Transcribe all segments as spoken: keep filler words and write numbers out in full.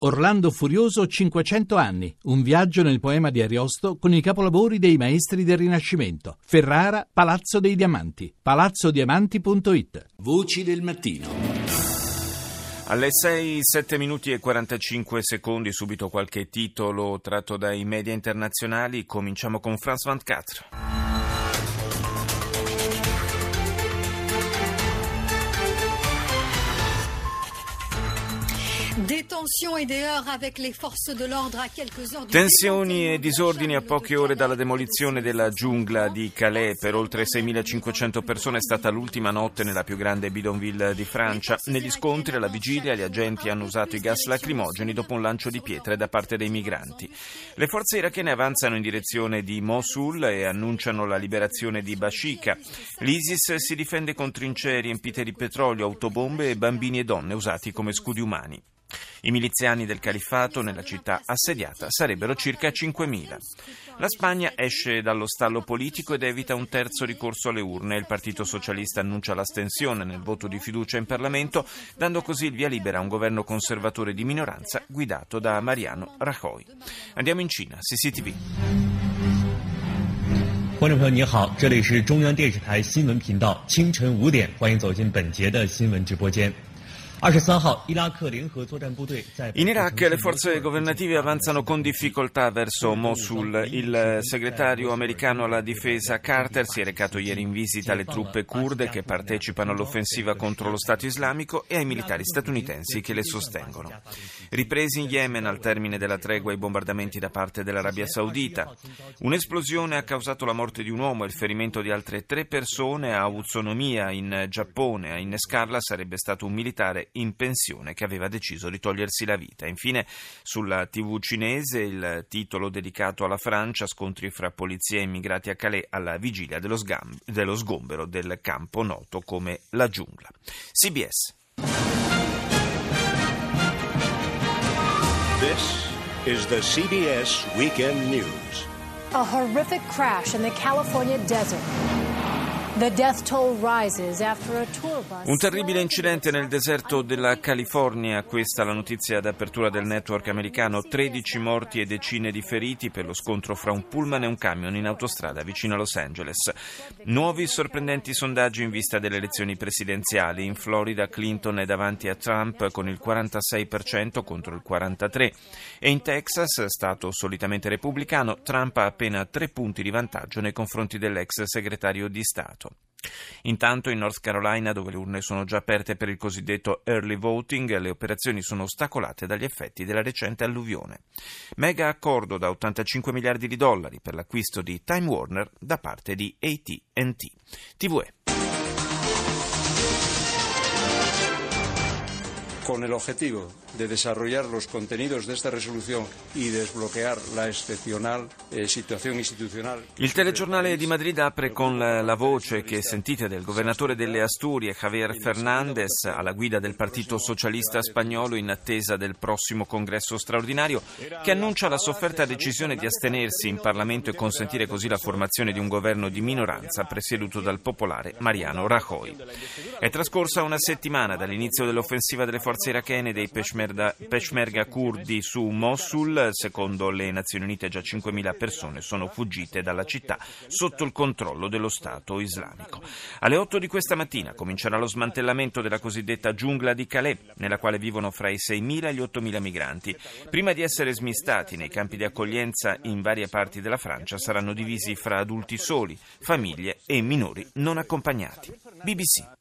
Orlando Furioso cinquecento anni, un viaggio nel poema di Ariosto con i capolavori dei maestri del Rinascimento. Ferrara, Palazzo dei Diamanti, palazzo diamanti punto it. Voci del mattino. Alle sei, sette minuti e quarantacinque secondi, subito qualche titolo tratto dai media internazionali. Cominciamo con France ventiquattro. Tensioni e disordini a poche ore dalla demolizione della giungla di Calais. Per oltre seimilacinquecento persone è stata l'ultima notte nella più grande bidonville di Francia. Negli scontri alla vigilia gli agenti hanno usato i gas lacrimogeni dopo un lancio di pietre da parte dei migranti. Le forze irachene avanzano in direzione di Mosul e annunciano la liberazione di Bashika. L'ISIS si difende con trincee riempite di petrolio, autobombe e bambini e donne usati come scudi umani. I miliziani del califfato nella città assediata sarebbero circa cinquemila. La Spagna esce dallo stallo politico ed evita un terzo ricorso alle urne. Il Partito Socialista annuncia l'astensione nel voto di fiducia in Parlamento, dando così il via libera a un governo conservatore di minoranza guidato da Mariano Rajoy. Andiamo in Cina, C C T V. 观众朋友你好，这里是中央电视台新闻频道，清晨五点，欢迎走进本节的新闻直播间。 In Iraq le forze governative avanzano con difficoltà verso Mosul. Il segretario americano alla difesa Carter si è recato ieri in visita alle truppe curde che partecipano all'offensiva contro lo Stato islamico e ai militari statunitensi che le sostengono. Ripresi in Yemen al termine della tregua i bombardamenti da parte dell'Arabia Saudita. Un'esplosione ha causato la morte di un uomo e il ferimento di altre tre persone a Utsunomiya in Giappone. A innescarla sarebbe stato un militare in pensione che aveva deciso di togliersi la vita. Infine sulla tivù cinese il titolo dedicato alla Francia, scontri fra polizia e immigrati a Calais alla vigilia dello, sgam- dello sgombero del campo noto come la giungla. C B S. This is the C B S Weekend News. A horrific crash in the California desert. The death toll rises after a tour bus. Un terribile incidente nel deserto della California, questa è la notizia d'apertura del network americano. tredici morti e decine di feriti per lo scontro fra un pullman e un camion in autostrada vicino a Los Angeles. Nuovi sorprendenti sondaggi in vista delle elezioni presidenziali. In Florida Clinton è davanti a Trump con il quarantasei per cento contro il quarantatré per cento e in Texas, stato solitamente repubblicano, Trump ha appena tre punti di vantaggio nei confronti dell'ex segretario di Stato. Intanto in North Carolina, dove le urne sono già aperte per il cosiddetto early voting, le operazioni sono ostacolate dagli effetti della recente alluvione. Mega accordo da ottantacinque miliardi di dollari per l'acquisto di Time Warner da parte di A T and T. T V E. Con el objetivo de desarrollar los contenidos de esta resolución y desbloquear la excepcional eh, situación institucional. Il telegiornale di Madrid apre con la, la voce che sentite del governatore delle Asturie Javier Fernández alla guida del Partito Socialista Spagnolo in attesa del prossimo congresso straordinario, che annuncia la sofferta decisione di astenersi in Parlamento e consentire così la formazione di un governo di minoranza presieduto dal popolare Mariano Rajoy. È trascorsa una settimana dall'inizio dell'offensiva delle forze irachene dei Peshmerga, Peshmerga curdi su Mosul. Secondo le Nazioni Unite già cinquemila persone sono fuggite dalla città sotto il controllo dello Stato islamico. Alle otto di questa mattina comincerà lo smantellamento della cosiddetta giungla di Calais, nella quale vivono fra i seimila e gli ottomila migranti. Prima di essere smistati nei campi di accoglienza in varie parti della Francia, saranno divisi fra adulti soli, famiglie e minori non accompagnati. B B C.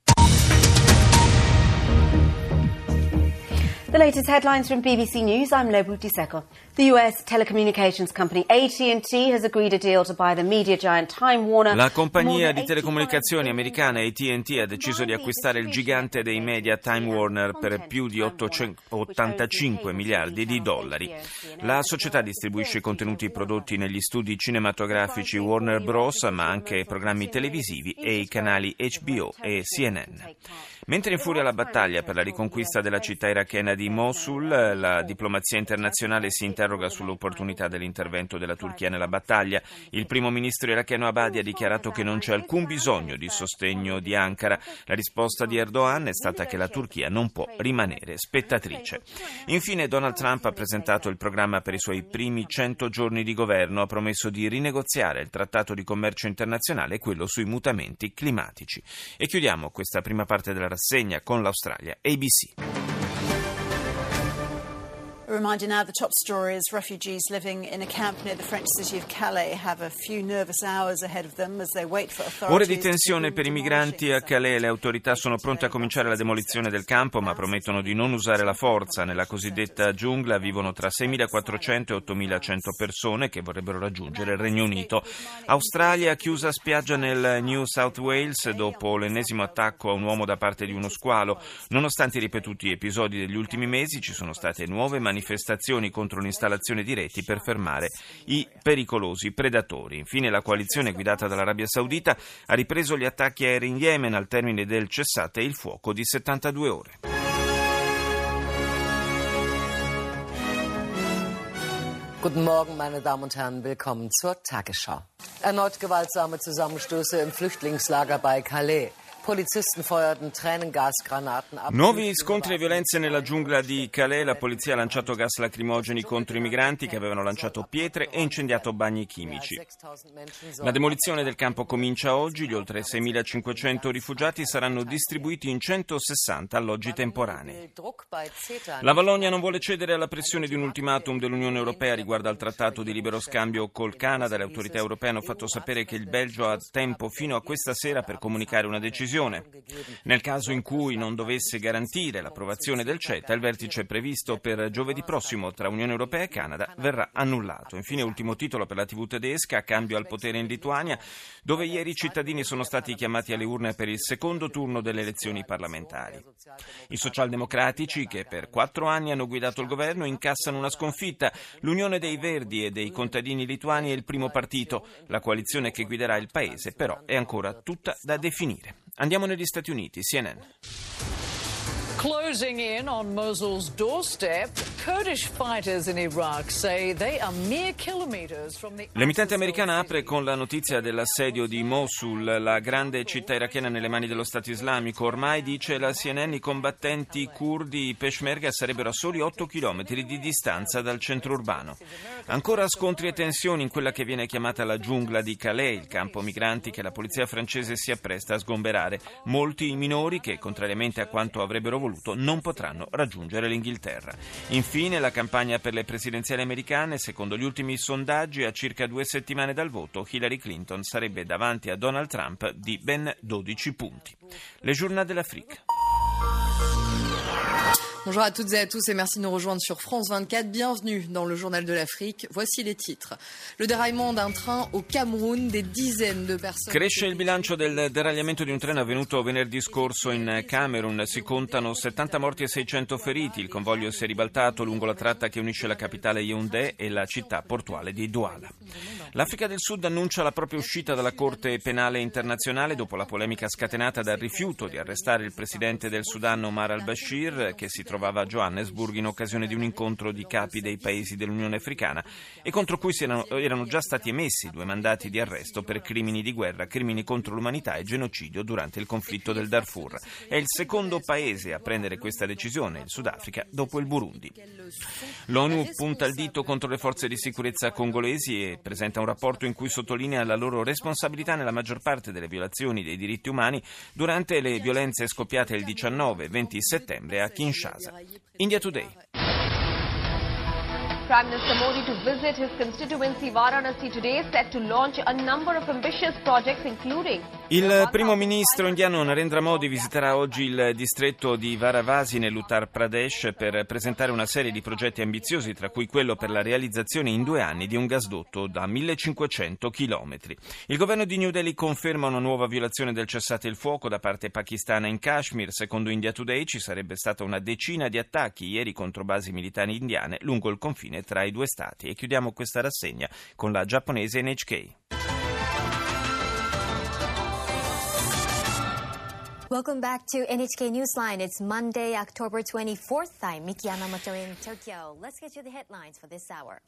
The latest headlines from B B C News. I'm Lobul Diseko. The U S telecommunications company A T and T has agreed a deal to buy the media giant Time Warner. La compagnia di telecomunicazioni americana A T and T ha deciso di acquistare il gigante dei media Time Warner per più di ottantacinque miliardi di dollari. La società distribuisce i contenuti prodotti negli studi cinematografici Warner Bros., ma anche programmi televisivi e i canali H B O e C N N. Mentre infuria la battaglia per la riconquista della città irachena di di Mosul. La diplomazia internazionale si interroga sull'opportunità dell'intervento della Turchia nella battaglia. Il primo ministro iracheno Abadi ha dichiarato che non c'è alcun bisogno di sostegno di Ankara. La risposta di Erdogan è stata che la Turchia non può rimanere spettatrice. Infine Donald Trump ha presentato il programma per i suoi primi cento giorni di governo. Ha promesso di rinegoziare il trattato di commercio internazionale e quello sui mutamenti climatici. E chiudiamo questa prima parte della rassegna con l'Australia A B C. A reminder now, the top story is refugees living in a camp near the French city of Calais have a few nervous hours ahead of them as they wait for authorities. Ore di tensione per i migranti a Calais. Le autorità sono pronte a cominciare la demolizione del campo, ma promettono di non usare la forza. Nella cosiddetta giungla vivono tra seimilaquattrocento e ottomilacento persone che vorrebbero raggiungere il Regno Unito. Australia chiusa spiaggia nel New South Wales dopo l'ennesimo attacco a un uomo da parte di uno squalo. Nonostante i ripetuti episodi degli ultimi mesi, ci sono state nuove manifestazioni manifestazioni contro l'installazione di reti per fermare i pericolosi predatori. Infine la coalizione guidata dall'Arabia Saudita ha ripreso gli attacchi aerei in Yemen al termine del cessate il fuoco di settantadue ore. Guten Morgen, meine Damen und Herren, willkommen zur Tagesschau. Erneut gewaltsame Zusammenstöße im Flüchtlingslager bei Calais. Polizisten feuerten Tränengasgranaten ab. Nuovi scontri e violenze nella giungla di Calais. La polizia ha lanciato gas lacrimogeni contro i migranti che avevano lanciato pietre e incendiato bagni chimici. La demolizione del campo comincia oggi. Gli oltre seimilacinquecento rifugiati saranno distribuiti in centosessanta alloggi temporanei. La Valogna non vuole cedere alla pressione di un ultimatum dell'Unione Europea riguardo al trattato di libero scambio col Canada. Le autorità europee hanno fatto sapere che il Belgio ha tempo fino a questa sera per comunicare una decisione. Nel caso in cui non dovesse garantire l'approvazione del CETA, il vertice previsto per giovedì prossimo tra Unione Europea e Canada verrà annullato. Infine, ultimo titolo per la tivù tedesca, cambio al potere in Lituania, dove ieri i cittadini sono stati chiamati alle urne per il secondo turno delle elezioni parlamentari. I socialdemocratici, che per quattro anni hanno guidato il governo, incassano una sconfitta. L'Unione dei Verdi e dei contadini lituani è il primo partito. La coalizione che guiderà il paese, però, è ancora tutta da definire. Andiamo negli Stati Uniti, C N N. Closing in on Mosul's doorstep, Kurdish fighters in Iraq say they are mere kilometers from the... L'emittente americana apre con la notizia dell'assedio di Mosul, la grande città irachena nelle mani dello Stato islamico. Ormai, dice la C N N, i combattenti curdi Peshmerga sarebbero a soli otto chilometri di distanza dal centro urbano. Ancora scontri e tensioni in quella che viene chiamata la giungla di Calais, il campo migranti che la polizia francese si appresta a sgomberare. Molti i minori che, contrariamente a quanto avrebbero voluto, non potranno raggiungere l'Inghilterra. Infine, la campagna per le presidenziali americane. Secondo gli ultimi sondaggi, a circa due settimane dal voto, Hillary Clinton sarebbe davanti a Donald Trump di ben dodici punti. Le Journal de l'Afrique. Bonjour à toutes et à tous et merci de nous rejoindre sur France vingt-quatre. Bienvenue dans le Journal de l'Afrique. Voici les titres. Le déraillement d'un train au Cameroun, des dizaines de personnes... Cresce il bilancio del deragliamento di un treno avvenuto venerdì scorso in Camerun. Si contano settanta morti e seicento feriti. Il convoglio si è ribaltato lungo la tratta che unisce la capitale Yaoundé e la città portuale di Douala. L'Africa del Sud annuncia la propria uscita dalla Corte Penale Internazionale dopo la polemica scatenata dal rifiuto di arrestare il presidente del Sudan Omar al-Bashir, che si trovava a Johannesburg in occasione di un incontro di capi dei paesi dell'Unione Africana e contro cui si erano, erano già stati emessi due mandati di arresto per crimini di guerra, crimini contro l'umanità e genocidio durante il conflitto del Darfur. È il secondo paese a prendere questa decisione, il Sudafrica, dopo il Burundi. L'ONU punta il dito contro le forze di sicurezza congolesi e presenta un rapporto in cui sottolinea la loro responsabilità nella maggior parte delle violazioni dei diritti umani durante le violenze scoppiate il diciannove e venti settembre a Kinshasa. India Today. Prime Minister Modi to visit his constituency Varanasi today, set to launch a number of ambitious projects including... Il primo ministro indiano Narendra Modi visiterà oggi il distretto di Varanasi nell'Uttar Pradesh per presentare una serie di progetti ambiziosi, tra cui quello per la realizzazione in due anni di un gasdotto da millecinquecento chilometri. Il governo di New Delhi conferma una nuova violazione del cessate il fuoco da parte pakistana in Kashmir. Secondo India Today ci sarebbe stata una decina di attacchi ieri contro basi militari indiane lungo il confine tra i due stati. E chiudiamo questa rassegna con la giapponese N H K. Welcome back to N H K Newsline. It's Monday, October twenty-fourth. I'm Miki Yamamoto in Tokyo. Let's get you the headlines for this hour.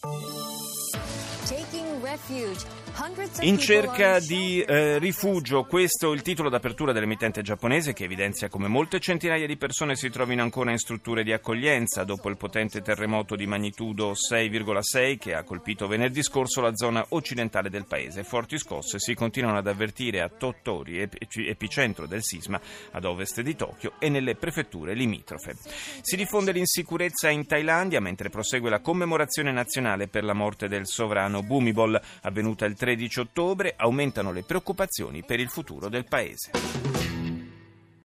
In cerca di eh, rifugio, questo è il titolo d'apertura dell'emittente giapponese, che evidenzia come molte centinaia di persone si trovino ancora in strutture di accoglienza dopo il potente terremoto di magnitudo sei virgola sei che ha colpito venerdì scorso la zona occidentale del paese. Forti scosse si continuano ad avvertire a Tottori, epicentro del sisma ad ovest di Tokyo, e nelle prefetture limitrofe. Si diffonde l'insicurezza in Thailandia mentre prosegue la commemorazione nazionale per la morte del sovrano Bhumibol, avvenuta il tredici ottobre. Aumentano le preoccupazioni per il futuro del paese.